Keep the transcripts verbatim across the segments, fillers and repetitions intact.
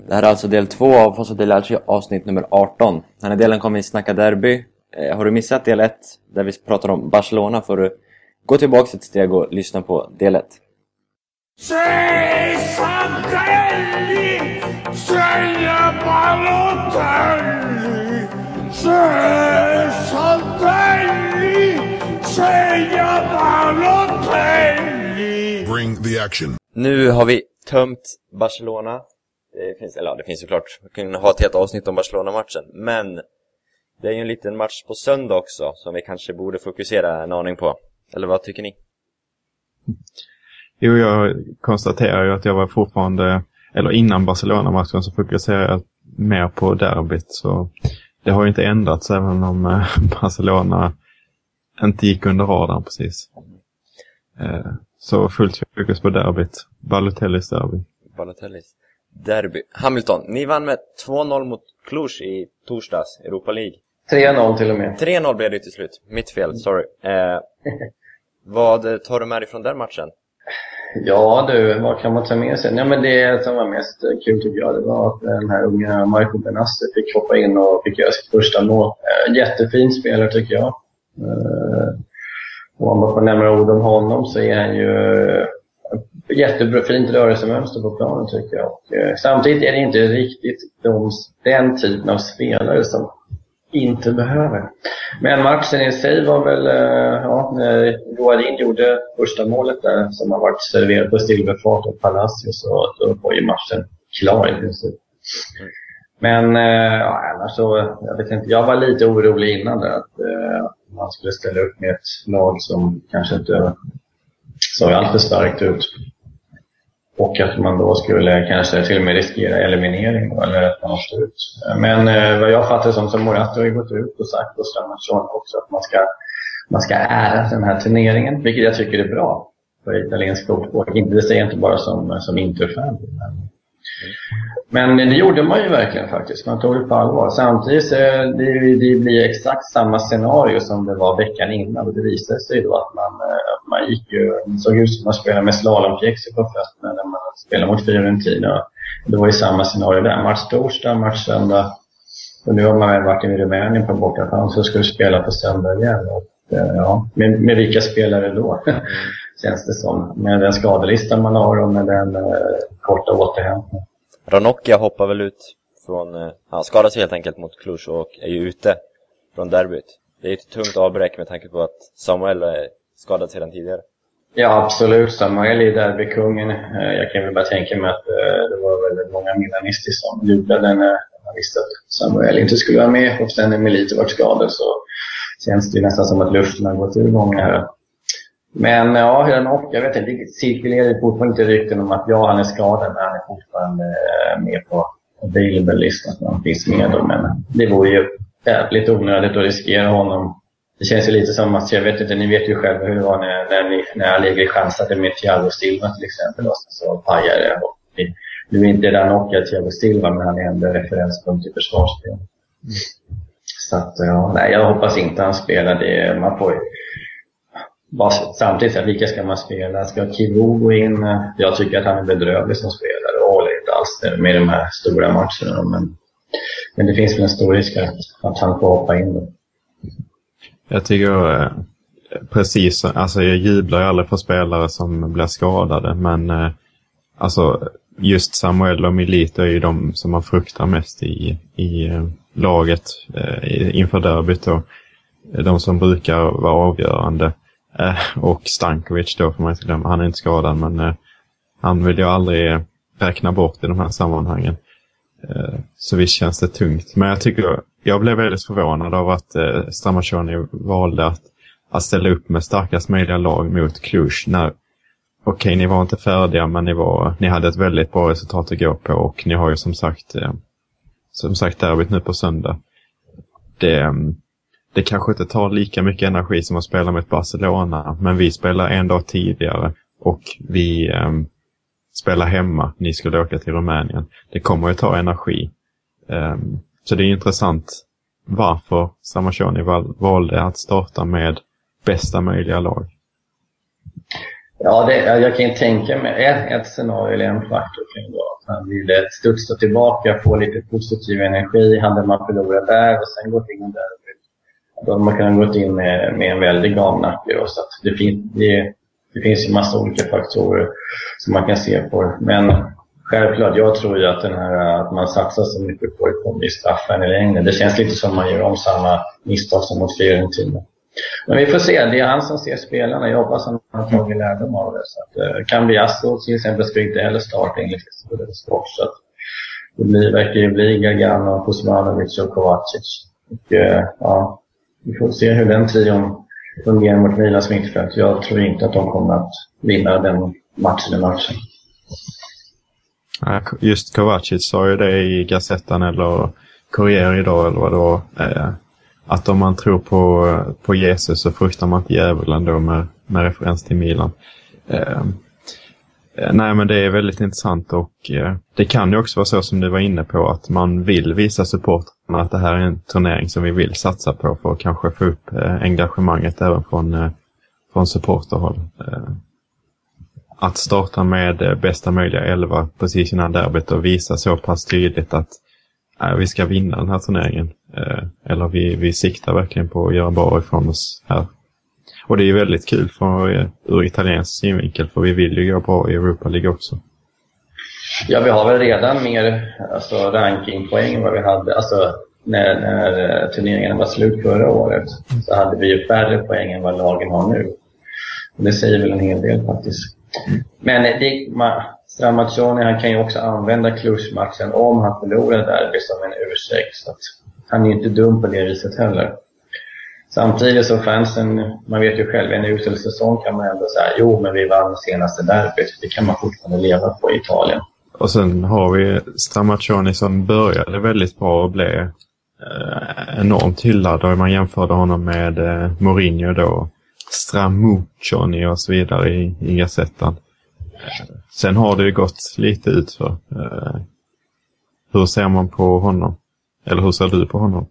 Det här är alltså del två av Fossa del Alci avsnitt nummer arton. Den här delen kommer vi snacka derby. Eh, har du missat del ett där vi pratar om Barcelona får du gå tillbaka ett steg och lyssna på del ett. Bring the action. Nu har vi tömt Barcelona. Det finns, eller ja, det finns såklart. Vi kan ha ett helt avsnitt om Barcelona-matchen. Men det är ju en liten match på söndag också som vi kanske borde fokusera en aning på. Eller vad tycker ni? Jo, jag konstaterar ju att jag var fortfarande, eller innan Barcelona-matchen så fokuserade jag mer på derbyt. Så det har ju inte ändrats även om Barcelona inte gick under radarn precis. Så fullt fokus på derbyt. Balotellis derby. Balotellis derby. Hamilton, ni vann med två noll mot Cluj i torsdags, Europa League. tre noll till och med. tre noll blev det till slut. Mitt fel, sorry. Eh, vad tar du med dig från den matchen? Ja du, vad kan man ta med sig? Ja, men det som var mest kul tycker jag, det var att den här unga Marco Benacer fick hoppa in och fick göra sitt första mål. Jättefin spelare tycker jag. Och om man får nämna ord om honom så är han ju jättebra, fint rörelsemönster på planen tycker jag. Och, eh, samtidigt är det inte riktigt de, den typen av spelare som inte behöver. Men matchen i sig var väl, eh, ja, när Guarin gjorde första målet där som har varit serverat på silverfat och Palacios, så då var ju matchen klar i princip. Men eh, ja, annars så, jag vet inte, jag var lite orolig innan där att eh, man skulle ställa upp med ett lag som kanske inte såg allt för starkt ut. Och att man då skulle kanske till och med riskera eliminering eller att man måste ut. Men eh, vad jag fattar som som Morata har ju gått ut och sagt och Stramachon också att man ska, man ska ära den här turneringen. Vilket jag tycker är bra för italiensk fotboll. Inte det säger inte bara som, som Inter-fan. Men det gjorde man ju verkligen faktiskt. Man tog det på allvar. Samtidigt det, det blir exakt samma scenario som det var veckan innan. Och det visade sig då att man, man gick ju, såg ut som man spelade med slalompjäxor på festen när man spelade mot Fiorentina. Det var ju samma scenario där. Match torsdag, match söndag. Och nu har man väl varit i Rumänien på bortaplan så skulle spela på söndag igen. Och, ja, med, med vilka spelare då? Känns det som. Med den skadelistan man har och med den eh, korta återhämtningen. Ranocchia hoppar väl ut från, eh, han skadade sig helt enkelt mot Cluj och är ju ute från derbyt. Det är ett tungt avbräck med tanke på att Samuel är skadad sedan tidigare. Ja, absolut. Samuel är derbykungen. Eh, jag kan väl bara tänka mig att eh, det var väldigt många milanister som jublade när man visste att Samuel inte skulle vara med. Och sen när Milito var skadad så känns det nästan som att luften har gått ur många här. Men ja, Ranocchia, jag vet inte, det cirkulerar fortfarande inte rykten om att ja, han är skadad men han är fortfarande med på available-listan att han finns med då. Men det vore ju jävligt onödigt att riskera honom. Det känns ju lite som att, jag vet inte, ni vet ju själva hur det var när, när, ni, när jag ligger i chansade med Thiago Silva till exempel. Och så pajar det. Och nu är inte Ranocchia Thiago Silva, men han är ändå referenspunkt i försvarsspel. Mm. Så att, ja, nej, jag hoppas inte han spelar det. Man får ju samtidigt, vilka ska man spela? Ska Kivu gå in? Jag tycker att han är bedrövlig som spelare och håller inte alls med de här stora matcherna. Men, men det finns väl en stor risk att han får hoppa in då. Jag tycker eh, precis, alltså jag jublar ju aldrig för spelare som blir skadade. Men eh, alltså just Samuel och Milito är ju de som man fruktar mest i, i eh, laget eh, inför derbyt. Och de som brukar vara avgörande. Eh, och Stankovic då får man inte glömma. Han är inte skadad men eh, han vill ju aldrig räkna bort i de här sammanhangen. Eh, så visst känns det tungt. Men jag tycker, jag blev väldigt förvånad av att eh, Stramachoni valde att, att ställa upp med starkast möjliga lag mot Cluj. När, okej, okay, ni var inte färdiga men ni, var, ni hade ett väldigt bra resultat att gå på. Och ni har ju som sagt eh, som sagt derbyt nu på söndag. Det... Det kanske inte tar lika mycket energi som att spela med ett Barcelona. Men vi spelar en dag tidigare. Och vi um, spelar hemma. Ni skulle åka till Rumänien. Det kommer ju ta energi. Um, så det är intressant varför Stramachoni val- valde att starta med bästa möjliga lag. Ja, det, jag kan ju tänka mig ett, ett scenario eller en faktor kan vara att man ville studsa tillbaka, få lite positiv energi. Hade man förlorat där och sen gått in där, då hade man kunnat gått in med, med en väldigt gamnacke. Så att det, fin- det, det finns ju massa olika faktorer som man kan se på. Men självklart, jag tror ju att, den här, att man satsar så mycket på det kommer i straffen i längden. Det känns lite som man gör om samma misstag som mot Fiorentina. Men vi får se, det är han som ser spelarna. Jag hoppas att han har tagit lärdom av det. Så att, uh, kan bli Asso till exempel ska inte heller starta enligt sport. Så att det blir, verkar ju bli Gargano, Kuzmanovic och Kovacic. Och uh, ja, vi får se hur den trion fungerar mot Milans mittfält. Jag tror inte att de kommer att vinna den matchen i matchen. Just Kovacic sa ju det i Gazettan eller Corriere idag eller vad då. Eh, att om man tror på, på Jesus så fruktar man inte djävulen då med, med referens till Milan. Eh, nej men det är väldigt intressant och eh, det kan ju också vara så som du var inne på att man vill visa supportrarna att det här är en turnering som vi vill satsa på för att kanske få upp eh, engagemanget även från, eh, från supporterhåll. Eh, Att starta med bästa möjliga elva precis innan derbyt och visa så pass tydligt att äh, vi ska vinna den här turneringen. Eh, eller vi, vi siktar verkligen på att göra bra ifrån oss här. Och det är väldigt kul för, ur italiensk synvinkel för vi vill ju gå bra i Europa League också. Ja, vi har väl redan mer alltså, rankingpoäng än vad vi hade. Alltså, när, när turneringen var slut förra året så hade vi ju färre poäng än vad lagen har nu. Och det säger väl en hel del faktiskt. Men det, man, Stramaccioni, han kan ju också använda Cluj-matchen om han förlorar derby som en ursäkt. Så att han är inte dum på det viset heller. Samtidigt så fansen, man vet ju själv, en usel säsong kan man ändå säga, jo men vi vann senaste derbyt. Det kan man fortfarande leva på i Italien. Och sen har vi Stramaccioni som började väldigt bra och blev eh, enormt hyllad. Och man jämförde honom med eh, Mourinho då. Stramuccioni och så vidare i, i Gazettan. Sen har det ju gått lite utför. Uh, hur ser man på honom? Eller hur ser du på honom?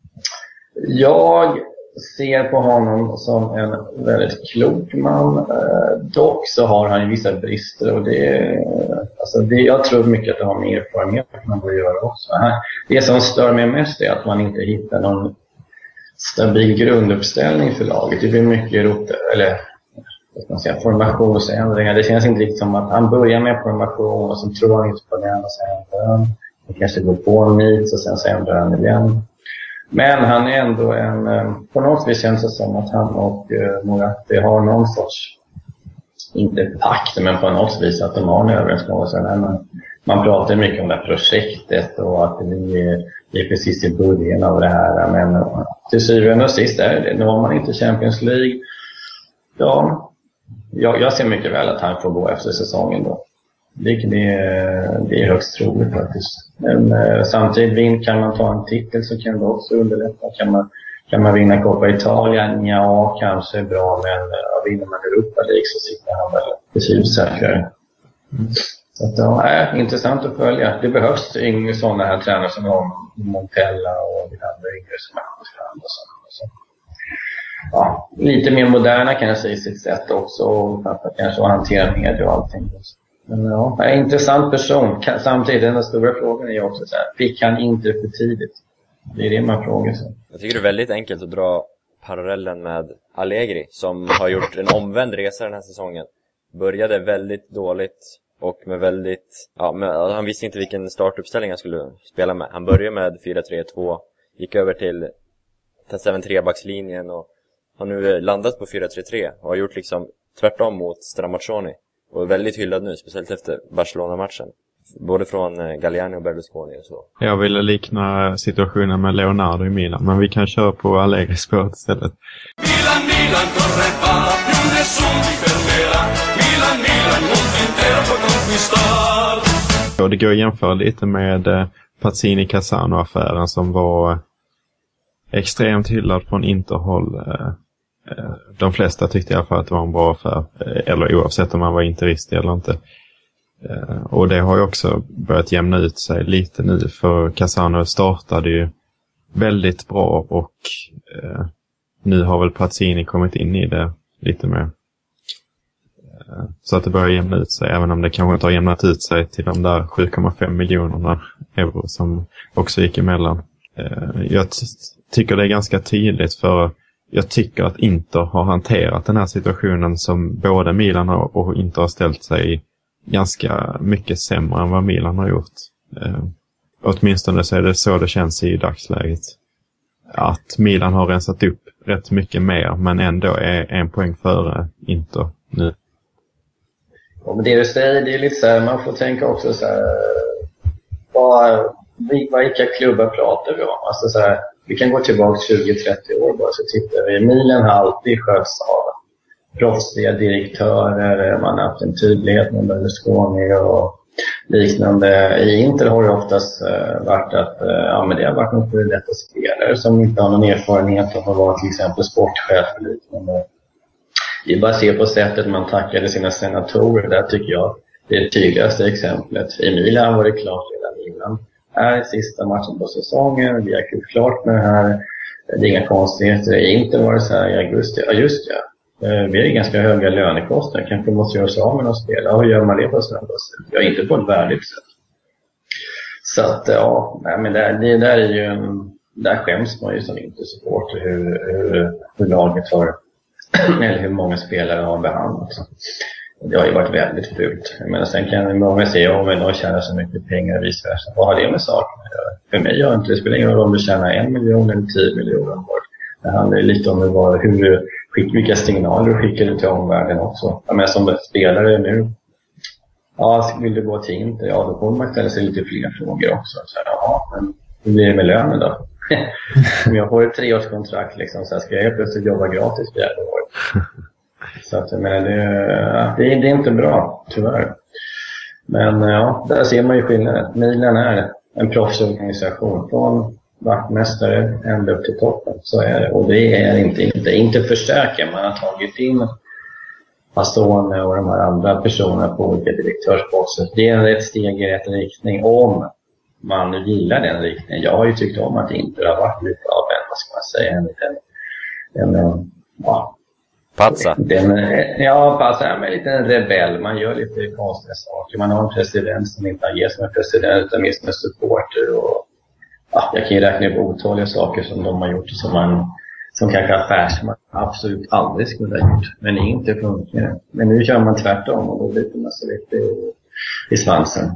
Jag ser på honom som en väldigt klok man. Uh, dock så har han ju vissa brister och det, alltså det, jag tror mycket att det har med erfarenhet att man bör göra också. Det som stör mig mest är att man inte hittar någon stabil grunduppställning för laget. Det blir mycket rot, eller vad ska man säga, formationsändringar. Det känns inte riktigt som att han börjar med formation och så tror han inte på den och sen ändrar han. Det kanske går på en nit och sen så ändrar han igen. Men han är ändå en, på något vis känns det som att han och uh, Moratti har någon sorts, inte pakt, men på något vis att de har en överenskommelse. Man, man pratar mycket om det här projektet och att vi är, vi är precis i början av det här. Men till syvende och sist är det, nu har man inte Champions League. Ja, jag, jag ser mycket väl att han får gå efter säsongen då. Det, det, det är högst troligt faktiskt. Men eh, samtidigt kan man ta en titel så kan det också underlätta. Kan man, kan man vinna Coppa Italia? Ja, kanske är bra, men eh, vinner man Europa League så sitter han väl betydligt säkrare. Mm. Så att, ja, är intressant att följa. Det behövs yngre sådana här tränare som har Montella och de andra yngre som har kommit fram och så. så. Ja, lite mer moderna kan jag säga i sitt sätt också, och kanske att hantera media och allting. Men ja, är en intressant person. Samtidigt, den stora frågan är ju också så här, fick han inte för tidigt? Det är det man frågar sig. Jag tycker det är väldigt enkelt att dra parallellen med Allegri som har gjort en omvänd resa den här säsongen. Började väldigt dåligt och med väldigt, ja, med, han visste inte vilken startuppställning han skulle spela med. Han började med fyra tre två, gick över till även trebackslinjen och har nu landat på fyra tre tre och har gjort liksom tvärtom mot Stramaccioni. Och är väldigt hyllad nu, speciellt efter Barcelona-matchen. Både från Galliani och Berlusconi och så. Jag ville likna situationen med Leonardo i Milan, men vi kan köra på Allegri-spåret istället. Milan, Milan, corre va, più nessuno ti fermerà. Milan, Milan, mondo intero può conquistar. Och det går att jämföra lite med Pazzini-Cassano-affären som var extremt hyllad från Interhåll. De flesta tyckte i alla fall att det var en bra affär, eller oavsett om man var interist eller inte. Och det har ju också börjat jämna ut sig lite nu, för Cassano startade ju väldigt bra och eh, nu har väl Pazzini kommit in i det lite mer. Så att det börjar jämna ut sig, även om det kanske inte har jämnat ut sig till de där sju komma fem miljonerna euro som också gick emellan. Jag t- tycker det är ganska tydligt, för jag tycker att Inter har hanterat den här situationen som både Milan och Inter har ställt sig ganska mycket sämre än vad Milan har gjort. Åtminstone så är det så det känns i dagsläget. Att Milan har rensat upp rätt mycket mer, men ändå är en poäng före Inter nu. Ja, men det du säger, det är lite så här, man får tänka också så här, vad, vilka klubbar pratar vi om? Alltså så här, vi kan gå tillbaka tjugo till trettio år bara, så tittar vi. Milan har alltid skötts av proffsiga direktörer, man har haft en tydlighet med Berlusconi och liknande. I Inter har det oftast uh, varit att uh, ja, men det har varit något för detta spelare som inte har någon erfarenhet av att vara till exempel sportchef och liknande. Det är bara att se på sättet man tackade sina senatorer. Där tycker jag det är det tydligaste exemplet. I Milan var det klart redan innan. Här är sista matchen på säsongen. Vi har gjort klart med det här. Det är inga konstigheter. I Inter var det så här i augusti. Ja, just ja. Vi har ju ganska höga lönekostnader. Kanske måste göra sig av med någon spelare. Ja, hur gör man det på sådant sätt? Ja, inte på ett värdigt sätt. Så att, ja, nej, men det, det där är ju en, där skäms man ju som inte supporter hur, hur, hur laget har, eller hur många spelare har behandlats. Det har ju varit väldigt fult. Men sen kan många säga om de tjänar så mycket pengar och vice versa. Vad har det med saken att göra? För mig har inte det spelar ingen roll om du tjänar en miljon eller tio miljoner. Det handlar lite om hur, hur, vilka signaler du skickar ut till omvärlden också. Men som spelare nu, ja, vill du gå till Inter? Ja, då kommer man ställa sig lite fler frågor också. Så, ja, men hur blir det med lönen då? Om jag får ett treårskontrakt liksom, så ska jag plötsligt jobba gratis fjärde året. Så att, men det, det, det är inte bra, tyvärr. Men ja, där ser man ju skillnaden. Milan är en proffsorganisation från vaktmästare ända upp till toppen, så är det. Och det är inte, inte, inte förstärka. Man har tagit in Pastone och de här andra personerna på olika direktörsposter. Det är ett steg i rätt riktning om man nu gillar den riktningen. Jag har ju tyckt om att det inte har varit lite av en, vad ska man säga, en liten, en, en, ja, Patsa. Den, ja, Patsa är en liten rebell. Man gör lite konstiga saker. Man har en president som inte agerar som en president utan mer som en supporter. Och, ja, jag kan ju räkna upp otaliga saker som de har gjort som man, som kanske affärsman absolut aldrig skulle ha gjort. Men inte funkar. Men nu kör man tvärtom och då blir det massa lite i, i svansen.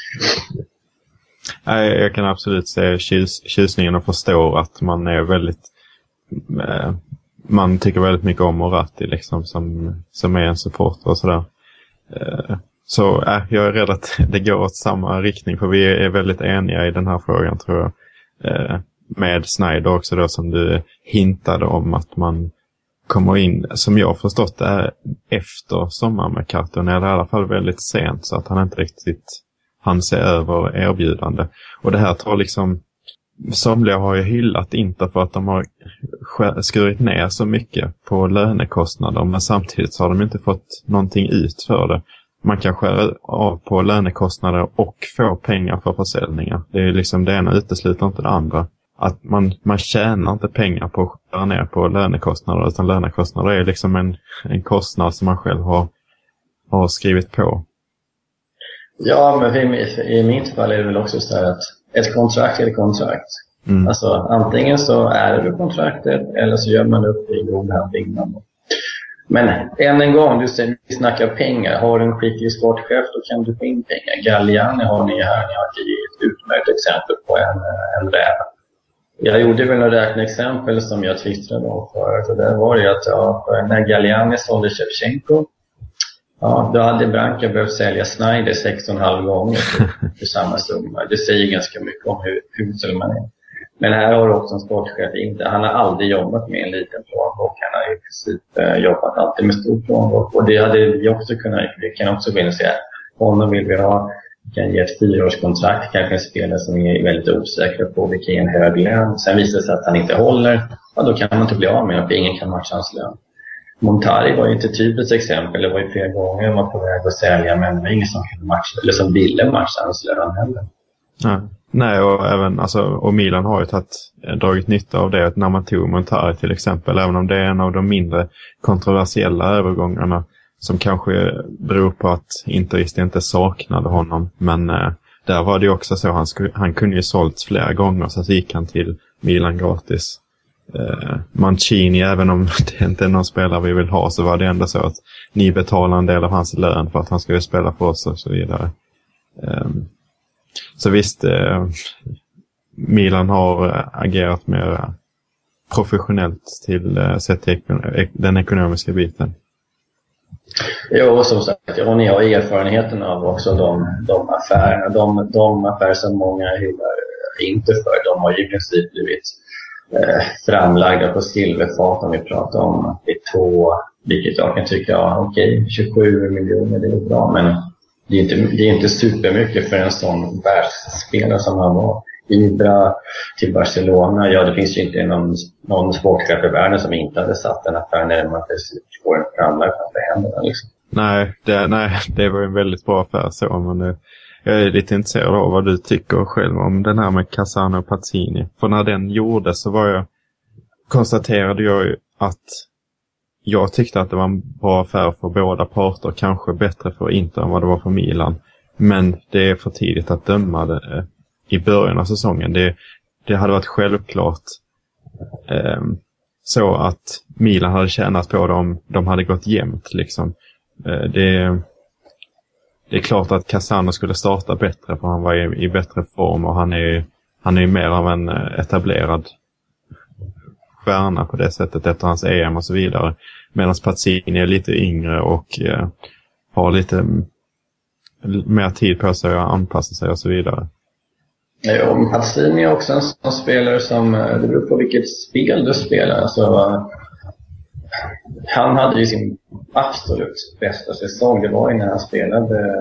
Nej, jag kan absolut se tjus, tjusningen och förstå att man är väldigt... Eh, man tycker väldigt mycket om Moratti liksom, som, som är en supporter och sådär. Eh, så äh, jag är rädd att det går åt samma riktning, för vi är väldigt eniga i den här frågan, tror jag. Eh, med Sneijder också då, som du hintade om att man kommer in, som jag har förstått det, är efter sommarmerkaton, eller i alla fall väldigt sent, så att han inte riktigt han ser över erbjudande. Och det här tar liksom, somliga har ju hyllat Inter för att de har skurit ner så mycket på lönekostnader, men samtidigt så har de inte fått någonting ut för det. Man kan skära av på lönekostnader och få pengar för försäljningar. Det är liksom, det ena utesluter inte det andra. Att man, man tjänar inte pengar på att skära ner på lönekostnader, utan lönekostnader är liksom en, en kostnad som man själv har, har skrivit på. Ja, men i, i mitt fall är det väl också så här att ett kontrakt är ett kontrakt. Mm. Alltså antingen så är det kontraktet eller så gör man upp i god handling. Men än en gång, du säger, vi snackar pengar. Har du en skicklig sportchef, då kan du få in pengar. Galliani har ni här, ni har ett utmärkt exempel på en, en räv. Jag gjorde väl några räkneexempel som jag twittrade om förut. Och där var det att ja, när Galliani sålde Shevchenko, ja, då hade Branca behövt sälja Sneijder sex och en halv gånger för, för samma summa. Det säger ganska mycket om hur usel man är. Men här har du också en sportchef. Inte, han har aldrig jobbat med en liten planbok. Han har i princip eh, jobbat alltid med stor planbok. Och det hade vi också kunnat, vi kan också vilja säga, honom vill vi ha, vi kan ge ett fyraårskontrakt, kanske en spelare som är väldigt osäker på vilken en hög lön. Sen visar det sig att han inte håller, ja, då kan man inte bli av med att ingen kan matcha hans lön. Montari var ju inte typiskt exempel, det var ju flera gånger man var på väg att sälja, men det var ingen som kunde matcha, eller som ville matcha hans lön heller. Ja. Nej, och även alltså, och Milan har ju tagit, dragit nytta av det när man tog Montari till exempel, även om det är en av de mindre kontroversiella övergångarna, som kanske beror på att Interist inte saknade honom. Men eh, där var det också så, han, skulle, han kunde ju sålts flera gånger, så gick han till Milan gratis. Eh, Mancini, även om det inte är någon spelare vi vill ha, så var det ändå så att ni betalar en del av hans lön för att han skulle spela för oss och så vidare. Eh, så visst, eh, Milan har agerat mer professionellt till eh, sett till den ekonomiska biten. Jo, som sagt, och ni har erfarenheten av också de, de affärerna, de, de affärer som många hyllar inte för, de har ju i princip blivit eh, framlagda på silverfat, om vi pratar om att det är två, vilket jag kan tycka, ja, okej, tjugosju miljoner, det är bra, men det är inte, det är inte supermycket för en sån världsspelare som han var. Ibra till Barcelona, ja, det finns ju inte någon, någon sportchef i världen som inte hade satt en affär när man får en framlagd för händerna liksom. Nej det, nej, det var en väldigt bra affär så, men nu, jag är lite intresserad av vad du tycker själv om den här med Cassano och Pazzini. För när den gjordes så var jag, konstaterade jag ju att jag tyckte att det var en bra affär för båda parter, kanske bättre för Inter än vad det var för Milan. Men det är för tidigt att döma det i början av säsongen. Det, det hade varit självklart eh, så att Milan hade tjänat på det om de hade gått jämnt. Liksom. Eh, det, det är klart att Cassano skulle starta bättre, för han var i, i bättre form, och han är, han är mer av en etablerad stjärna på det sättet efter hans E M och så vidare. Medan Pazzini är lite yngre och eh, har lite mer tid på sig att anpassa sig och så vidare. Ja, Pazzini är också en sån spelare som, det beror på vilket spel du spelar. Alltså, han hade ju sin absolut bästa säsong. Det var ju när han spelade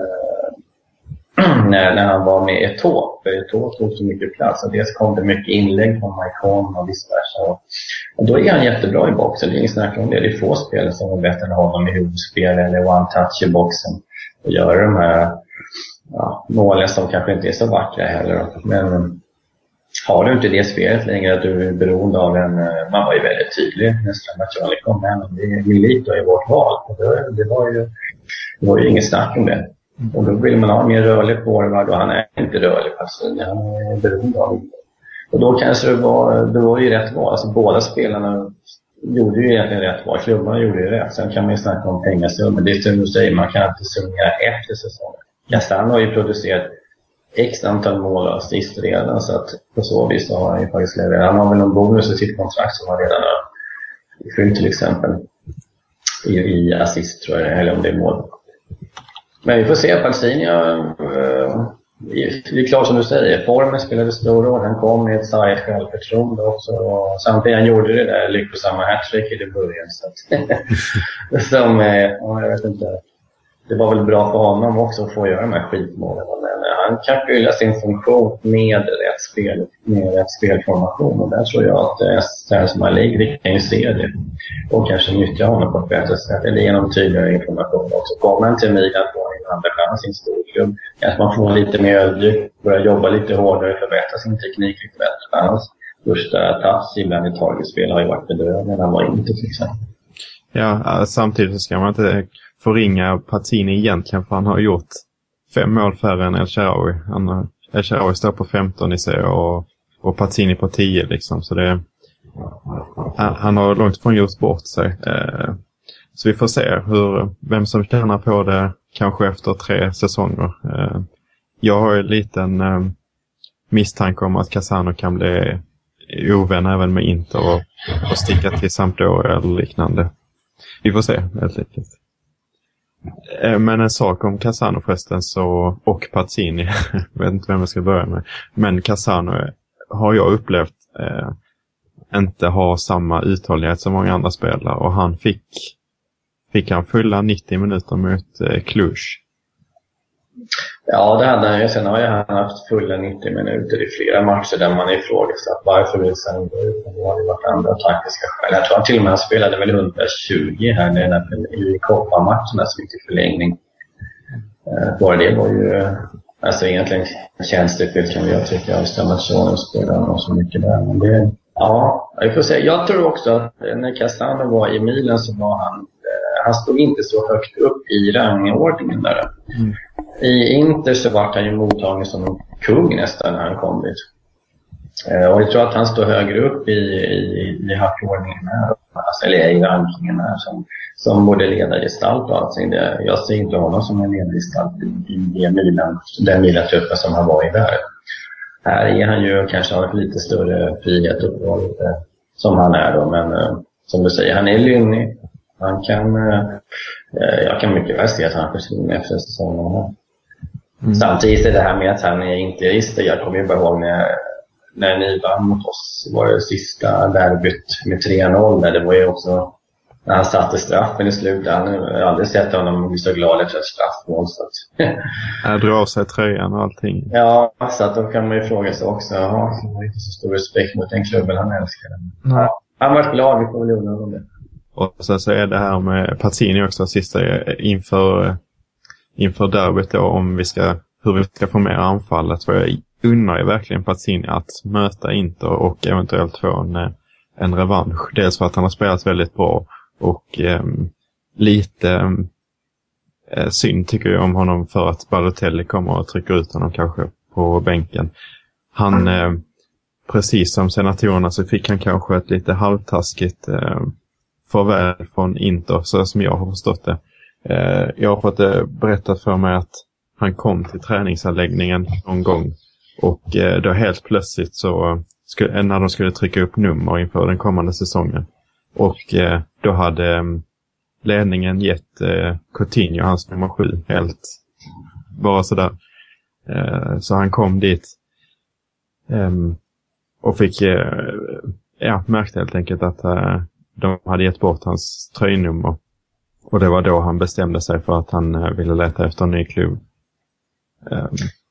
när, när han var med Eto'o. För Eto'o tog så mycket plats. Och dels kom det mycket inlägg från Maicon och vice versa. Och då är han jättebra i boxen. Det är inget snack om det. Det är få spelare som är bättre än honom i huvudspel eller one-touch i boxen. Och göra de här ja, målen som kanske inte är så vackra heller. Men har du inte det spelet längre, att du är beroende av en... Man var ju väldigt tydlig nästan att Charlie kom med. Det är Milito i vårt val. Det, det, var ju, det var ju inget snack om det. Och då vill man ha mer rörlig forward, och han är inte rörlig. Alltså, han är beroende av det. Och då kanske det var, det var ju rätt val. Alltså båda spelarna gjorde ju egentligen rätt val. Klubbarna gjorde ju rätt. Sen kan man ju snacka om pengasumma. Det är som du säger, man kan inte summera efter säsongen. Cassano har ju producerat x antal mål och assist redan, så att på så vis har han ju faktiskt levererat. Han har väl någon bonus i sitt kontrakt som han redan har fyllt till exempel i, i assist, tror jag, eller om det är mål. Men vi får se, Pazzini, uh, det är klart som du säger, formen spelade stor roll. Han kom med ett sargt självförtroende också, och samtidigt han gjorde det där lyckosamma hattrick i det början, så att, som, uh, jag vet inte, det var väl bra för honom också att få göra de här skitmålen. Men han kan fylla sin funktion med rätt spel, med rätt spelformation. Och där tror jag att Stjärnsma League kan ju se det. Och kanske nyttja honom på ett bättre sätt. Eller genom tydligare information också. Kommer han till Milan får han en andra chans i en storklubb. Kanske man får lite mer ödmjuk, börja jobba lite hårdare, förbättra sin teknik lite bättre. Hans första tass ibland i targetspel har ju varit bedrövlig när han var inte till exempel. Ja, samtidigt ska man inte förringa Pazzini egentligen, för han har gjort fem mål färre än El Shaarawy. Han, El Shaarawy står på femton i sig och, och Pazzini på tio liksom, så det, han, han har långt från gjort bort sig. Eh, så vi får se hur, vem som tjänar på det kanske efter tre säsonger. Eh, jag har ju en liten eh, misstanke om att Cassano kan bli ovän även med Inter och, och sticka till Sampdoria eller liknande. Vi får se, helt enkelt. Men en sak om Cassano förresten, så, och Pazzini, jag vet inte vem jag ska börja med. Men Cassano har jag upplevt eh, inte ha samma uthållighet som många andra spelare. Och han fick, fick han fulla nittio minuter mot eh, Cluj. Ja, det hade han ju. Sen har ju han haft fulla nittio minuter i flera matcher där man ifrågasatt varför vill sen gå ut. Det har ju varit andra taktiska skäl. Jag tror att till och med han spelade väl hundratjugo här i kopparmatcherna som gick till förlängning. Bara det var ju alltså egentligen tjänstefyllt som jag tycker av Stamaccioni spelade och så mycket där. Men det, ja, jag får säga. Jag tror också att när Cassano var i Milan så var han han stod inte så högt upp i rangordningen där. Mm. I Inter så var han ju mottagen som en kung nästan när han kom dit. Och jag tror att han står högre upp i, i, i hackordningen här, alltså, eller i rankingen här, som, som både ledargestalt och allting. Det, jag ser inte honom som en ledargestalt i, i Milan, den Milan-truppen som han var i där. Här är han ju kanske har lite större frihet och vara lite som han är då, men eh, som du säger, han är lynnig. Han kan, eh, jag kan mycket väl se att han försvinner efter säsongen. Mm. Samtidigt är det här med att han är interist. Jag kommer ju bara ihåg när, när ni vann mot oss, var det sista derbyt med tre noll, där det var ju också när han satte straffen i slutet. Han har aldrig sett honom bli så glad efter ett straffmål. Så att han drar av sig tröjan och allting. Ja, så att då kan man ju fråga sig också. Ja, han har inte så stor respekt mot den klubben han älskar. Ja, han var glad, vi får väl undra om det. Och sen så är det här med Pazzini också sista inför, inför derbyt då, om vi ska, hur vi ska få med anfallet. För jag undrar ju verkligen Pazzini att möta Inter och eventuellt få en, en revansch. Dels för att han har spelat väldigt bra och eh, lite eh, synd tycker jag om honom för att Balotelli kommer och trycker ut honom kanske på bänken. Han, eh, precis som senatorerna, så fick han kanske ett lite halvtaskigt eh, farväl från Inter, så som jag har förstått det. Eh, jag har fått eh, berättat för mig att han kom till träningsanläggningen någon gång och eh, då helt plötsligt så skulle, när de skulle trycka upp nummer inför den kommande säsongen. Och eh, då hade eh, ledningen gett eh, Coutinho hans nummer sju helt bara sådär. Eh, så han kom dit eh, och fick eh, ja, märkte helt enkelt att eh, de hade gett bort hans tröjnummer. Och det var då han bestämde sig för att han eh, ville leta efter en ny klubb. Eh,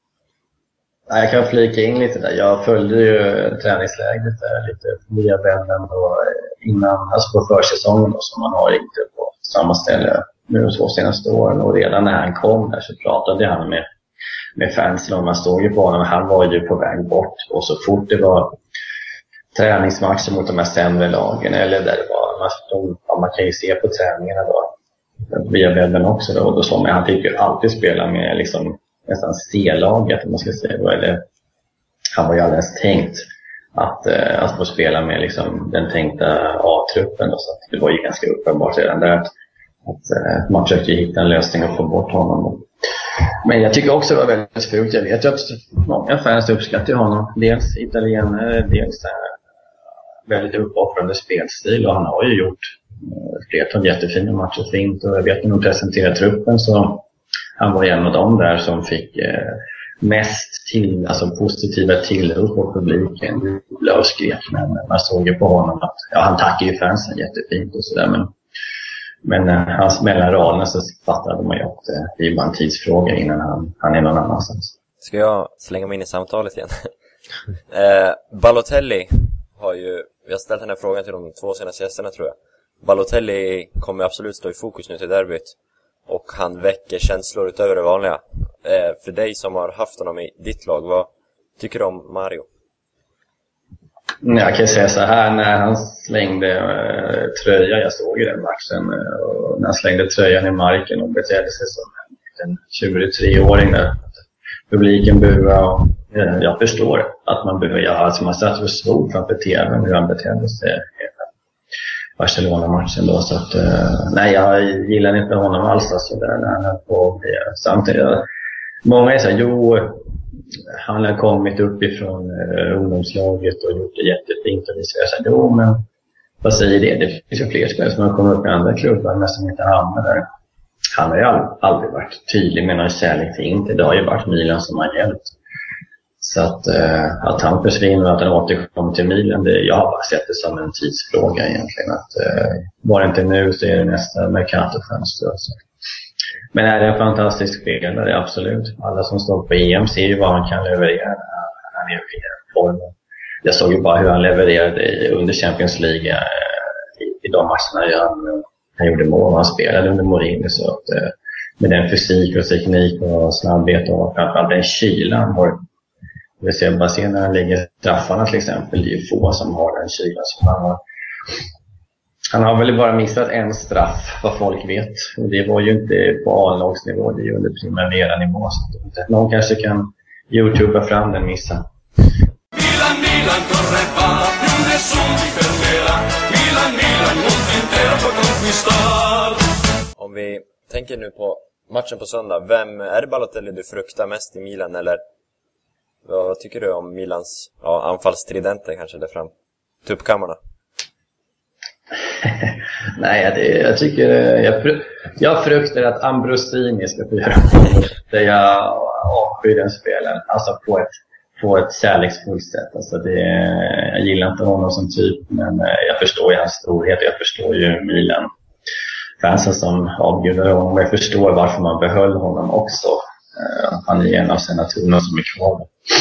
Jag kan flika in lite där. Jag följde ju träningsläget där lite via vänner och innan, alltså på försäsongen då, som man har inte på samma ställe nu de två senaste åren. Och redan när han kom där så pratade han med, med fansen och man stod ju på honom. Han var ju på väg bort och så fort det var träningsmatcher mot de här sämre lagen eller där det var, man, de, man kan ju se på träningarna då via webben också då, och då så, men han fick ju alltid spela med liksom nästan C-laget om man ska säga då, eller han var ju alldeles tänkt att, eh, att få spela med liksom den tänkta A-truppen då, så att det var ju ganska uppenbart redan där att, att eh, man försökte hitta en lösning och få bort honom då. Men jag tycker också det var väldigt fult. Jag vet ju att många fans uppskattar honom, dels italienare, dels eh, väldigt uppoffrande spelstil, och han har ju gjort eh, flertal jättefina matcher fint, och jag vet när de presenterade truppen så han var en av dem där som fick eh, mest till, alltså positiva tillrop på publiken. Jag skrek, men man såg ju på honom att ja, han tackar ju fansen jättefint och sådär, men, men eh, hans mellan raderna så fattade man ju att eh, det är bara en tidsfråga innan han, han är någon annanstans. Ska jag slänga mig in i samtalet igen? eh, Balotelli har ju, vi har ställt den här frågan till de två senaste gästerna tror jag. Balotelli kommer absolut stå i fokus nu till derbyt. Och han väcker känslor utöver det vanliga. Eh, för dig som har haft honom i ditt lag, vad tycker du om Mario? Jag kan säga så här, när han slängde äh, tröja, jag såg ju den matchen, äh, och när han slängde tröjan i marken och betedde sig som en tjugotre-åring där. Publiken buade och äh, jag förstår att man buade. Ja, alltså man satt och svog framför tvn hur han betedde sig. Barcelona-matchen då, så att uh, nej, jag gillar inte honom alls alltså, där när han på det. Samtidigt, många är så här, jo, han har kommit uppifrån uh, ungdomslaget och gjort det jättefint, och vi säger så här, jo, men vad säger det? Det finns ju fler spelare som har kommit upp i andra klubbar men som inte hamnar där. Han har ju all, aldrig varit tydlig med någon kärlek till Inter. Det har ju varit Milan som har hjälpt. Så att, eh, att han försvinner och att han återkommer till Milan, det, jag har bara sett det som en tidsfråga egentligen. Att, eh, var det inte nu så är det nästa Mercato-fönster. Men är det en fantastisk spelare, absolut. Alla som står på E M ser ju vad han kan leverera. Han är i form. Jag såg ju bara hur han levererade under Champions League eh, i, i de matcherna han, han gjorde mål. Han spelade under Mourinho, så att, eh, med den fysik och teknik och snabbhet och framförallt den kylan har. Vi ser bara se när han lägger straffarna till exempel. Det är ju få som har den kylan som han har. Han har väl bara missat en straff, vad folk vet. Och det var ju inte på A-lagsnivå, det är ju under primavera-nivå. Så någon kanske kan YouTubea fram den missen. Milan, Milan, corre va, più nessuno ti fermerà. Milan, Milan, mondo intero può conquistar. Om vi tänker nu på matchen på söndag, vem är det Balotelli du fruktar mest i Milan, eller vad tycker du om Milans ja, anfallstridenter kanske där fram? Tuppkammarna? Nej, det, jag tycker jag, jag fruktar att Ambrosini ska få göra det. Jag avskyr den spelen, alltså på ett, på ett kärleksfullt sätt. Alltså det, jag gillar inte honom som typ, men jag förstår ju hans storhet, jag förstår ju Milan fansen som avgudar honom. Jag förstår varför man behöll honom också. Uh, han är en av senatorerna som är kvar.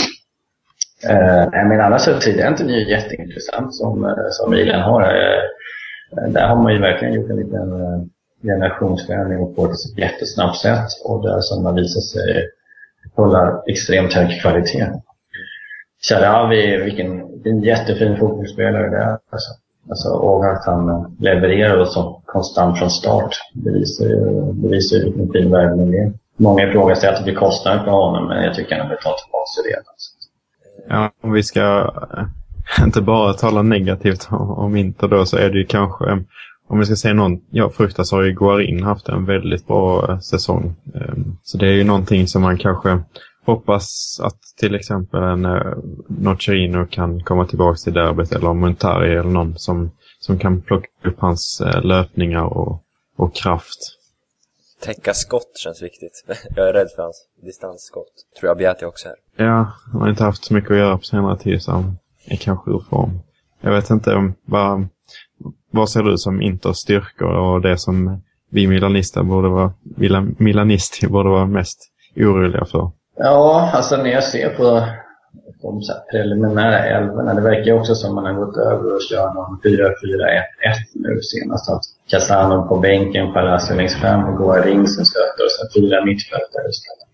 Uh, men annars så är tridenten ju jätteintressant som, uh, som Milan har. Uh, där har man ju verkligen gjort en liten uh, generationsförändring och på ett jättesnabbt sätt. Och där som har visat sig hålla extremt hög kvalitet. Sharawi, vilken, vilken jättefin fotbollsspelare det är. Alltså. Alltså, och att han levererar så konstant från start. Det visar ju, det visar ju vilken fin värvning det är. Många ifrågasätter att det kostar för honom, men jag tycker han har tagit tillbaka det. Alltså. Ja, om vi ska inte bara tala negativt om Inter då, så är det ju kanske, om vi ska säga någon, jag fruktar så har ju Guarin haft en väldigt bra säsong. Så det är ju någonting som man kanske hoppas att till exempel en uh, Nocerino kan komma tillbaka till derbyt, eller Montari eller någon som, som kan plocka upp hans uh, löpningar och, och kraft. Täcka skott känns viktigt. Jag är rädd för hans distansskott. Tror jag Beati också här. Ja, han har inte haft så mycket att göra på senare tid, så han är kanske ur form. Jag vet inte om vad, vad ser du som Inters styrkor och det som vi milanister borde vara, milanister borde vara mest oroliga för? Ja, alltså när jag ser på de så här preliminära elvorna, det verkar ju också som man har gått över och kör någon fyra fyra ett ett nu senast. Att Casano på bänken, Palacio längst fram och Guarin som stöter och så fyra mittfältare istället.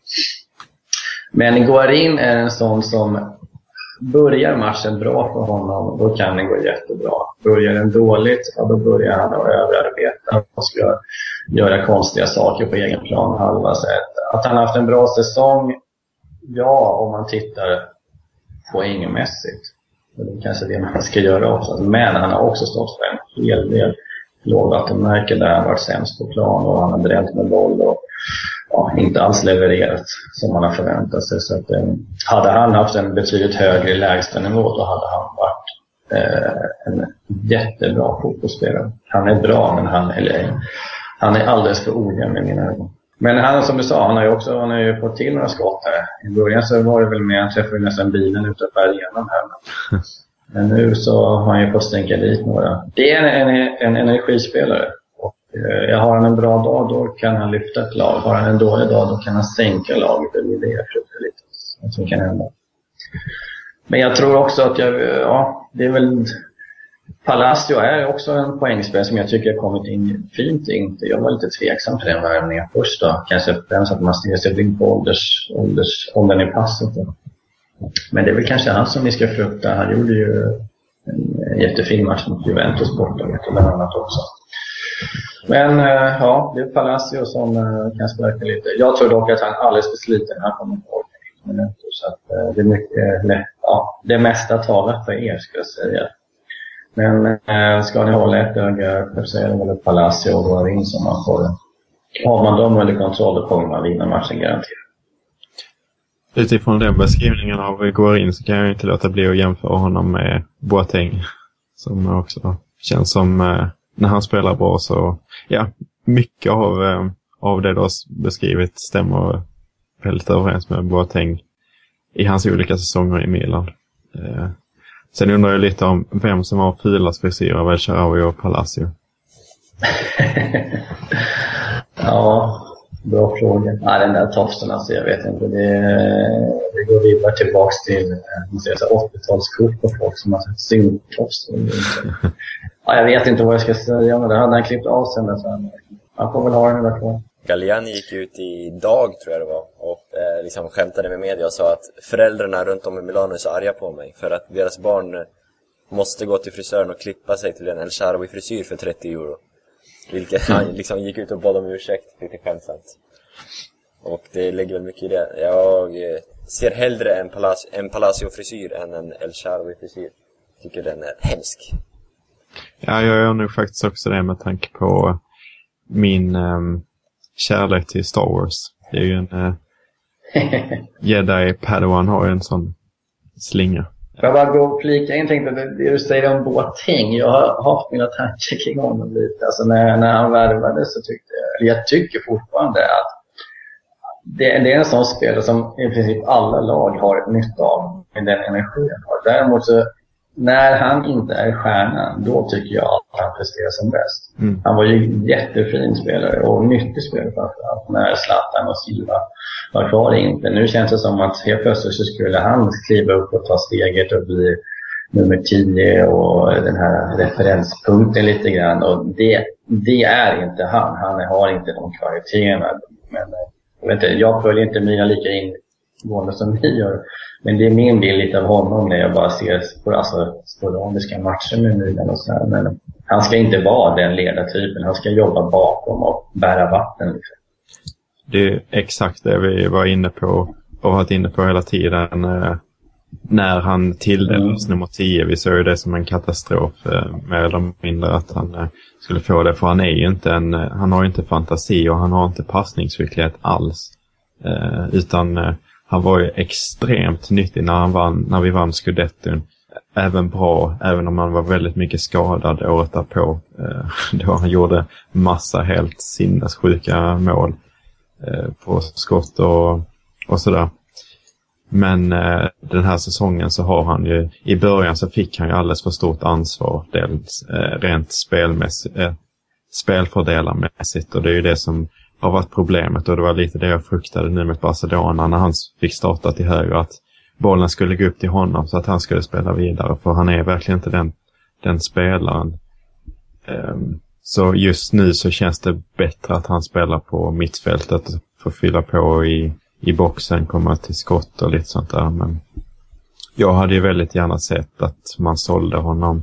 Men Guarin är en sån som börjar matchen bra för honom, då kan det gå jättebra. Börjar den dåligt, ja, då börjar han att överarbeta och ska göra konstiga saker på egen plan halva sätt. Att han har haft en bra säsong, ja, om man tittar poängmässigt. Det är kanske det man ska göra också. Men han har också stått för en hel del lågvattenmärken där han varit sämst på plan och han har bränt med boll och ja, inte alls levererat som man har förväntat sig. Så att, eh, hade han haft en betydligt högre lägstanivå, då hade han varit eh, en jättebra fotbollsspelare. Han är bra, men han, eller, han är alldeles för ojämn i mina ögon. Men han, som du sa, han har ju också han har ju fått till några skott här. I början så var det väl med, han träffade nästan bilen utanför arenan här. Men nu så har han ju fått stänka dit några. Det är en, en, en energispelare. Och eh, har han en bra dag, då kan han lyfta ett lag. Har han en dålig dag, då kan han sänka laget. Det är det jag fruktar lite som kan hända. Men jag tror också att jag, ja, det är väl... Palacio är också en poängspel som jag tycker har kommit in fint. Inte. Jag var lite tveksam för den värvningen först då. Kanske främst att man ser sig blind på ålders, ålders, åldern i passet. Men det är väl kanske han som vi ska frukta. Han gjorde ju en jättefin match mot Juventus borta, bland annat också. Men ja, det är Palacio som kan sparka lite. Jag tror dock att han är alldeles för sliten. Han kommer inte orka nittio minuter. Så att det är mycket lätt. Ja, det mesta talar för er, ska jag säga. Men äh, ska ni hålla ett öga så är det väl Palacio och Guarin som man får. Har man dem under kontroll, då kommer man vinna matchen garanterat. Utifrån den beskrivningen av Guarin så kan jag inte låta bli att jämföra honom med Boateng. Som också känns som äh, när han spelar bra så... Ja, mycket av, äh, av det du har beskrivit stämmer väldigt överens med Boateng i hans olika säsonger i Milan. Äh, Sen undrar jag lite om vem som har fulast frisyrer, väl Sharawi och Palacio. Ja, bra fråga. Ja, den där tofsen, alltså, jag vet inte. Det, det går vidare tillbaka till åttiotalskort på folk som har sett syntofs. Ja, jag vet inte vad jag ska säga, men det hade han klippt av sen där. Han får väl ha den där kvar. Galliani gick ut idag, tror jag det var, och eh, liksom skämtade med media och sa att föräldrarna runt om i Milano är så arga på mig för att deras barn måste gå till frisören och klippa sig till en El Shaarawy-frisyr för trettio euro. Vilket han liksom gick ut och bad om ursäkt lite skämtsamt. Och det ligger väl mycket i det. Jag ser hellre en, Palacio, en Palacio-frisyr än en El Shaarawy-frisyr. Tycker den är hemsk. Ja, jag gör nog faktiskt också det med tanke på min um, kärlek till Star Wars. Det är ju en uh, Jedi Padawan har ju en sån slinga. Jag bara gå och flika in, tänkte det, det du säger om Boateng. Jag har haft mina tankar kring honom lite. Alltså när, när han värvades så tyckte jag, eller jag tycker fortfarande att det, det är en sån spelare som i princip alla lag har nytta av med den energin han har. Däremot så när han inte är stjärnan, då tycker jag att han presterar som bäst. Mm. Han var ju jättefin spelare och nyttig spelare framförallt när Zlatan och Silva var kvar inte. Nu känns det som att helt plötsligt så skulle han kliva upp och ta steget och bli nummer tio och den här referenspunkten lite grann. Och det, det är inte han. Han har inte de kvaliteterna. Men jag, vet inte, jag följer inte mina lika ingående som ni gör. Men det är min bild lite av honom när jag bara ser på alltså, sporadiska matcher med Milan och så här. Men han ska inte vara den ledartypen. Han ska jobba bakom och bära vatten. Liksom. Det är exakt det vi var inne på och har varit inne på hela tiden. Eh, när han tilldelades mm. nummer tio, vi såg ju det som en katastrof. Eh, mer eller mindre att han eh, skulle få det. För han är ju inte en, han har ju inte fantasi och han har inte passningsskicklighet alls. Eh, utan... Eh, Han var ju extremt nyttig när, han vann, när vi vann Scudetton. Även bra, även om han var väldigt mycket skadad året därpå. Eh, då han gjorde massa helt sinnessjuka mål eh, på skott och, och sådär. Men eh, den här säsongen så har han ju, i början så fick han ju alldeles för stort ansvar. Dels eh, rent spelmässigt, eh, spelfördelarmässigt. Och det är ju det som har varit problemet, och det var lite det jag fruktade nu med Barcelona när han fick starta till höger, att bollen skulle gå upp till honom så att han skulle spela vidare, för han är verkligen inte den, den spelaren. Um, så just nu så känns det bättre att han spelar på mittfältet för att fylla på i, i boxen, komma till skott och lite sånt där. Men jag hade ju väldigt gärna sett att man sålde honom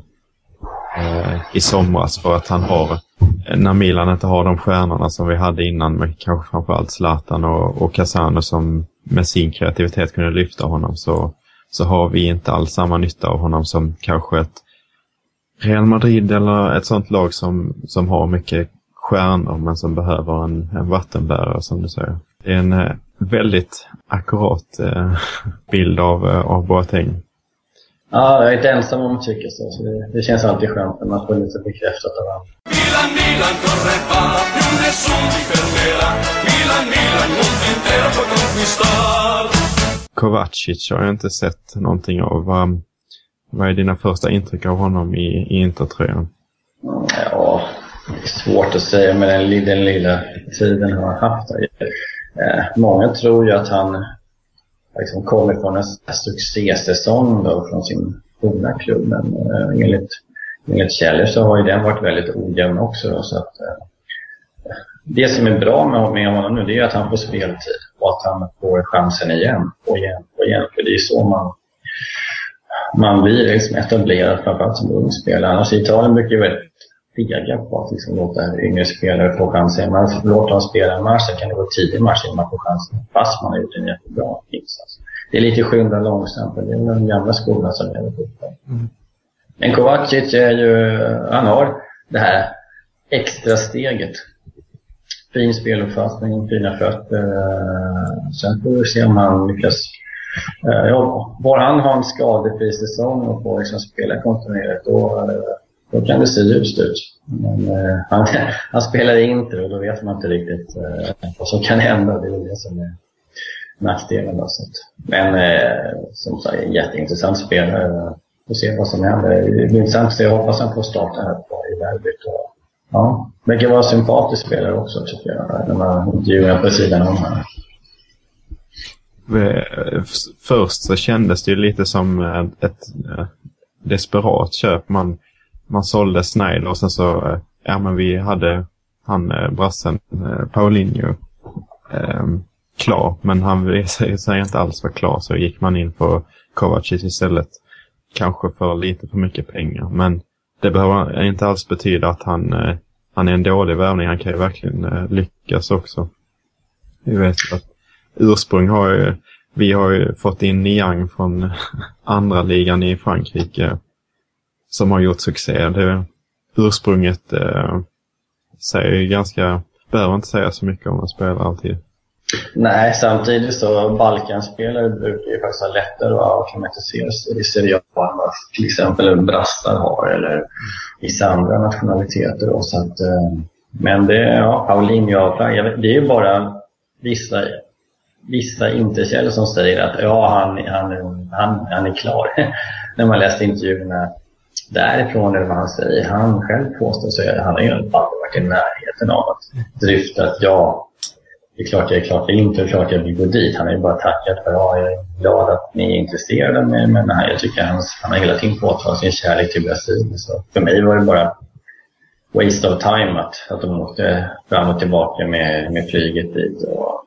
eh, i somras, för att han har, när Milan inte har de stjärnorna som vi hade innan, med kanske framförallt Zlatan och, och Cassano som med sin kreativitet kunde lyfta honom, så, så har vi inte alls samma nytta av honom som kanske ett Real Madrid eller ett sånt lag som, som har mycket stjärnor men som behöver en, en vattenbärare, som du säger. Det är en eh, väldigt akkurat eh, bild av, eh, av Boateng. Ja, jag är inte ensam om att tycka så. så det, det känns alltid skönt när man får lite bekräftat av varandra. Milan, Milan, corre va, più nessuno ti fermerà. Milan, Milan, mondo intero può conquistar. Kovacic har jag inte sett någonting av. Vad, vad är dina första intryck av honom i, i Intertröjan? Ja, det är svårt att säga med den, den lilla tiden han har haft där. Eh, många tror ju att han liksom kommer från en succésäsong då, från sin forna klubb, men eh, enligt, enligt källor så har ju den varit väldigt ojämn också då, så att eh, det som är bra med, med honom nu, det är att han får speltid och att han får chansen igen och igen och igen, för det är så man man blir liksom etablerad framförallt som ung spelare. Annars i Italien brukar väldigt fega på att liksom låta yngre spelare få chansen. Man låter dem spela en match, så kan det gå tidig match innan man får chansen, fast man har gjort en jättebra insats. Det är lite skynda långsamt, det är den gamla skolan som är uppe. Mm. Men Kovacic är ju, han har det här extra steget. Fin speluppfattning, fina fötter. Sen får vi se om han lyckas. Ja, var han har en skadefri säsong och får liksom spela kontinuerligt, då, då kan det se ljust ut. Men uh, han, han spelar inte, och då vet man inte riktigt uh, vad som kan hända. Det är det som är nackdelen. Alltså. Men uh, som sagt, en jätteintressant spelare. Uh, får se vad som händer. Det är intressant att se. Jag hoppas han får starta här på i derbyt. Ja, det kan vara en sympatisk spelare också, tycker jag, när man intervjuar på sidan om här. Först så kändes det ju lite som ett, ett desperat köp. Man, man sålde Sneijder och sen så, ja men vi hade han brassen Paulinho eh, klar, men han säger inte alls var klar, så gick man in på Kovacic istället. kanske för lite för mycket pengar. Men det behöver inte alls betyda att han, eh, han är en dålig värvning. Han kan ju verkligen eh, lyckas också. Vi vet att ursprung har ju, vi har ju fått in Niang från andra ligan i Frankrike som har gjort succé. Det ursprunget eh, säger ju ganska, behöver inte säga så mycket om man spelar alltid. Nej, samtidigt så Balkanspelare brukar ju faktiskt ha lättare att acklimatisera sig i Serie A än vad till exempel Brastar har eller vissa andra nationaliteter då, så att, eh, men det, ja, Paulinho, ja, det är ju bara vissa vissa interkällor som säger att ja, han, han, han, han är klar. När man läste intervjuerna därifrån eller vad han säger, han själv påstår så att han har ju aldrig varit i närheten av att dryfta att ja, det är klart jag är klart, det är inte klart jag vill gå dit. Han har ju bara tackat för ja, jag är glad att ni är intresserade med, men nej, jag tycker han, han har hela tiden påtalat sin kärlek till Brasilien. Så för mig var det bara waste of time att, att de åkte fram och tillbaka med, med flyget dit och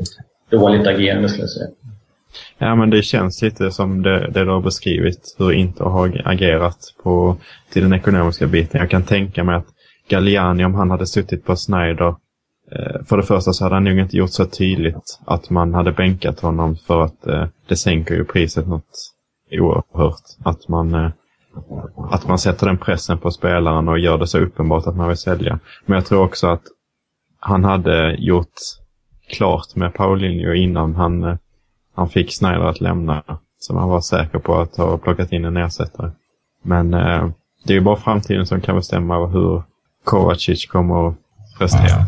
dåligt agerande skulle jag säga. Ja, men det känns lite som det, det du har beskrivit, hur inte har agerat på, till den ekonomiska biten. Jag kan tänka mig att Galliani, om han hade suttit på Snyder, eh, för det första så hade han nog inte gjort så tydligt att man hade bänkat honom, för att eh, det sänker ju priset något oerhört. Att man, eh, att man sätter den pressen på spelaren och gör det så uppenbart att man vill sälja. Men jag tror också att han hade gjort klart med Paulinho innan han, han fick Snyder att lämna, så man var säker på att ha plockat in en ersättare. Men eh, det är ju bara framtiden som kan bestämma hur Kovacic kommer att prestera.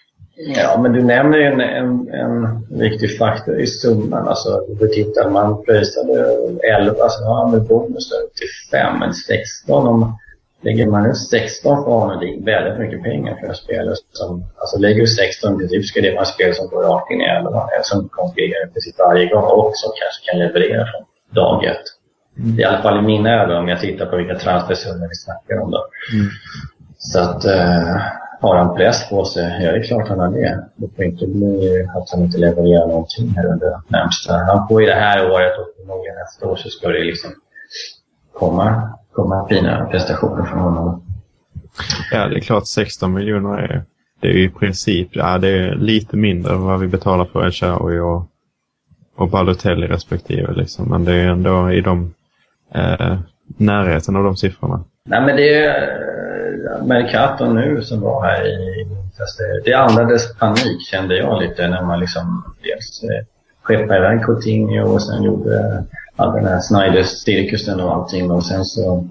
Ja, men du nämner ju en, en, en viktig faktor i summan. Alltså, du tittar, man pröjsade elva, så har han med bonusar till fem, men sexton. Om lägger man ut sexton för honom, det är väldigt mycket pengar för en spelare som, alltså lägger du sexton, det typ ska det vara en spelare som går arton i elva, som konkurrerar för sitt varje gång och som kanske kan leverera från dag ett. Mm. I alla fall i mina ögon, om jag tittar på vilka transfersummor vi snackar om då. Mm. Så att eh, har han press på sig, ja det är klart han har det. Det får inte bli att han inte levererar någonting här under närmsta. Han får i det här året och förmodligen nästa år så ska det liksom komma komma fina prestationer från honom. Ja, det är klart sexton miljoner är, det är ju i princip, ja, det är lite mindre än vad vi betalar för El Shaarawy och, och Balotelli respektive liksom. Men det är ändå i de eh, närheten av de siffrorna. Nej, men det är Mercato nu som var här i det andades panik kände jag lite när man liksom dels eh, skeppade iväg Coutinho och sen gjorde all den här Snyder-cirkusen och allting, och sen så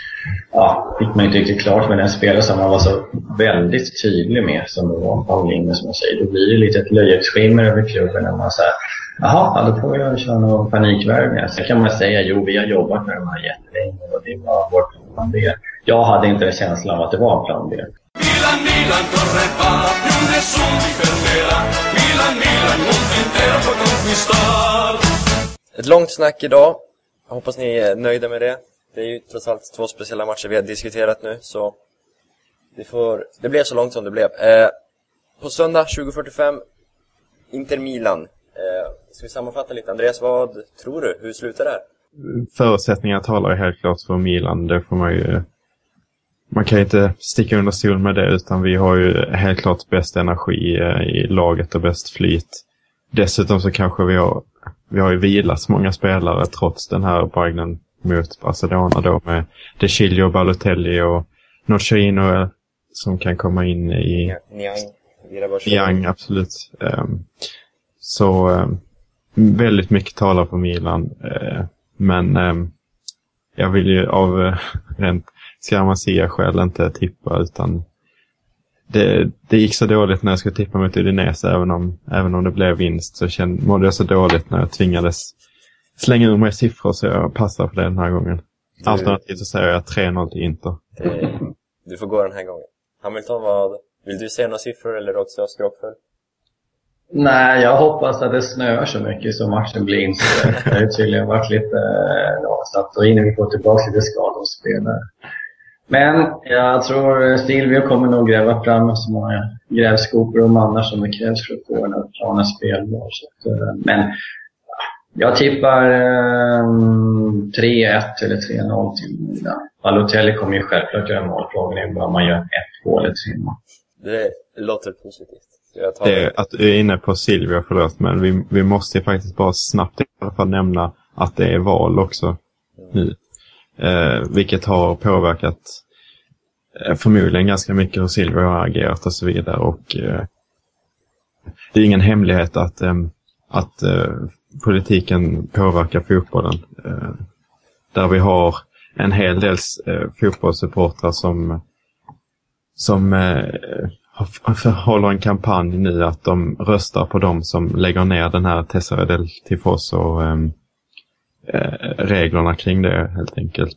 ja, fick man inte riktigt klart med den spelare som man var så väldigt tydlig med, som det var Paulinho som jag säger. Då blir det lite ett löjetsskimmer över klubben när man säger jaha, då får jag köra någon panikvärvning. Sen kan man säga, jo vi har jobbat med de här jättelänge och det var vårt plan B. Jag hade inte en känsla av att det var en plan B. Milan, Milan, corre va, più nessun ti fermerà. Milan, Milan, mondo intero può conquistar. Ett långt snack idag. Jag hoppas ni är nöjda med det. Det är ju trots allt två speciella matcher vi har diskuterat nu, så det, får, det blev så långt som det blev. Eh, på söndag tjugo fyrtiofem, Inter Milan. Eh, ska vi sammanfatta lite? Andreas, vad tror du? Hur slutar det här? Förutsättningar talar ju helt klart för Milan. Det får man ju... Man kan ju inte sticka under stol med det, utan vi har ju helt klart bäst energi i laget och bäst flyt. Dessutom så kanske vi har, vi har ju vilat många spelare trots den här bagnen mot Barcelona då, med De Chilio, Balotelli och Nocerino som kan komma in i... Niang. Niang, absolut. Um, så um, väldigt mycket talar för Milan. Uh, men um, jag vill ju av uh, rent Skarmasia själv inte tippa, utan det, det gick så dåligt när jag skulle tippa mot Udinese, även om, även om det blev vinst, så kände, mådde jag så dåligt när jag tvingades slänga ur mig siffror, så jag passar för det den här gången. Du... Alternativt så säger jag tre noll till Inter. Det, du får gå den här gången. Hamilton, vad, vill du säga några siffror eller också skrockfull? Nej, jag hoppas att det snöar så mycket så matchen blir inställd. Det har tydligen varit lite ja, satt och innan vi får tillbaka lite skadespelare. Men jag tror Silvio kommer nog gräva fram så många grävskopor och mannar som det krävs för att få en planen spelbar. Men Jag tippar eh, tre ett eller tre noll till Milan. Balotelli kommer ju självklart göra mål. Frågan är bara om man gör ett två eller tre mål. Det låter positivt. Jag tar det är att du är inne på Silvia, förlåt, men vi, vi måste ju faktiskt bara snabbt i alla fall nämna att det är val också nu. Eh, vilket har påverkat eh, förmodligen ganska mycket hur Silvia har agerat och så vidare. Och eh, det är ingen hemlighet att, eh, att eh, politiken påverkar fotbollen. Eh, där vi har en hel del eh, fotbollssupportrar som, som eh, håller en kampanj nu att de röstar på dem som lägger ner den här Tessera del Tifoso och eh, reglerna kring det helt enkelt.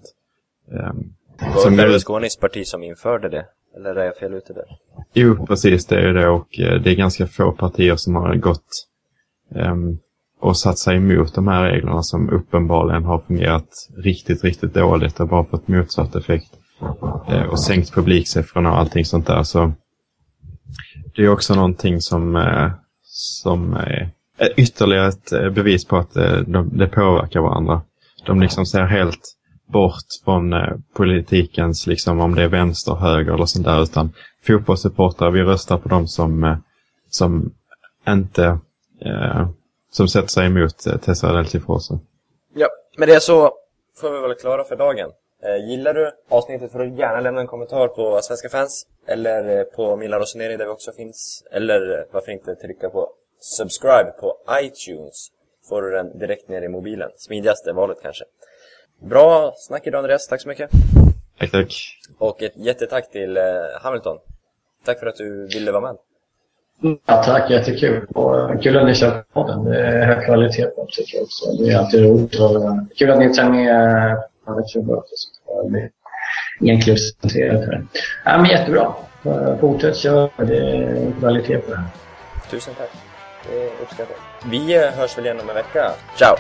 Var det Berlusconis parti som införde det? Eller är jag fel ute där? Jo, precis, det är det, och det är ganska få partier som har gått um, och satt sig emot de här reglerna som uppenbarligen har fungerat riktigt, riktigt dåligt och bara fått motsatt effekt. Uh, och sänkt publiksiffrorna och allting sånt där. Så det är också någonting som, uh, som är ytterligare ett bevis på att uh, de, det påverkar varandra. De liksom ser helt bort från eh, politikens, liksom om det är vänster, höger eller sånt där, utan fotbollssupportrar, vi röstar på dem som, eh, som inte eh, som sätter sig emot eh, Tessera del Tifoso. Ja, men det är så får vi väl klara för dagen. Eh, gillar du avsnittet får du gärna lämna en kommentar på Svenska Fans eller eh, på Milan Rossoneri där vi också finns, eller eh, varför inte trycka på subscribe på iTunes, får du den direkt ner i mobilen. Smidigaste valet kanske. Bra snack idag, Andreas, tack så mycket. Tack, tack. Och ett jättetack till eh, Hamilton. Tack för att du ville vara med. Ja, tack, jättekul. Och kul att ni kör på den. Det är hög kvalitet på, tycker jag också. Det är alltid roligt. Och kul att ni tar med Hamilton också. Det är enklubbscentrerat här. Ja, men jättebra. Fortsätt köra. Det är kvalitet på det här. Tusen tack. Det är uppskattat. Vi hörs väl igen om en vecka. Ciao!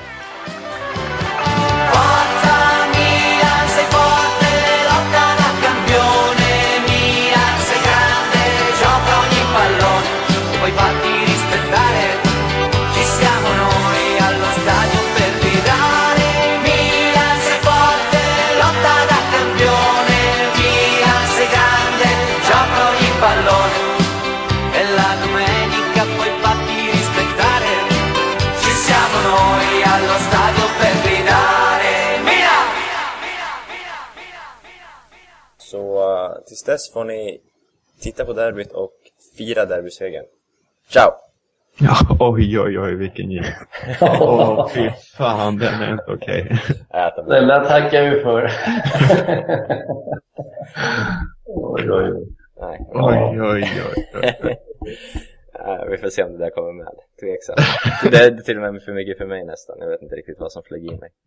Puoi farti rispettare, ci siamo noi allo stadio per gridare. Milan sei forte, lotta da campione. Milan sei grande, gioca ogni pallone. E la domenica puoi farti rispettare, ci siamo noi allo stadio per gridare. Milan! Så uh, tills dess får ni titta på derbyt och fira derbysegern. Ciao! Ja, oj, oj, oj, vilken gäng. Åh, oh, fy fan, den är inte okej. Okay. Den där tackar vi för. oj, oj, oj. Nej. Oj, oj, oj, oj. Ja, vi får se om det där kommer med. Tveksamt. Det är till och med för mycket för mig nästan. Jag vet inte riktigt vad som flög i mig.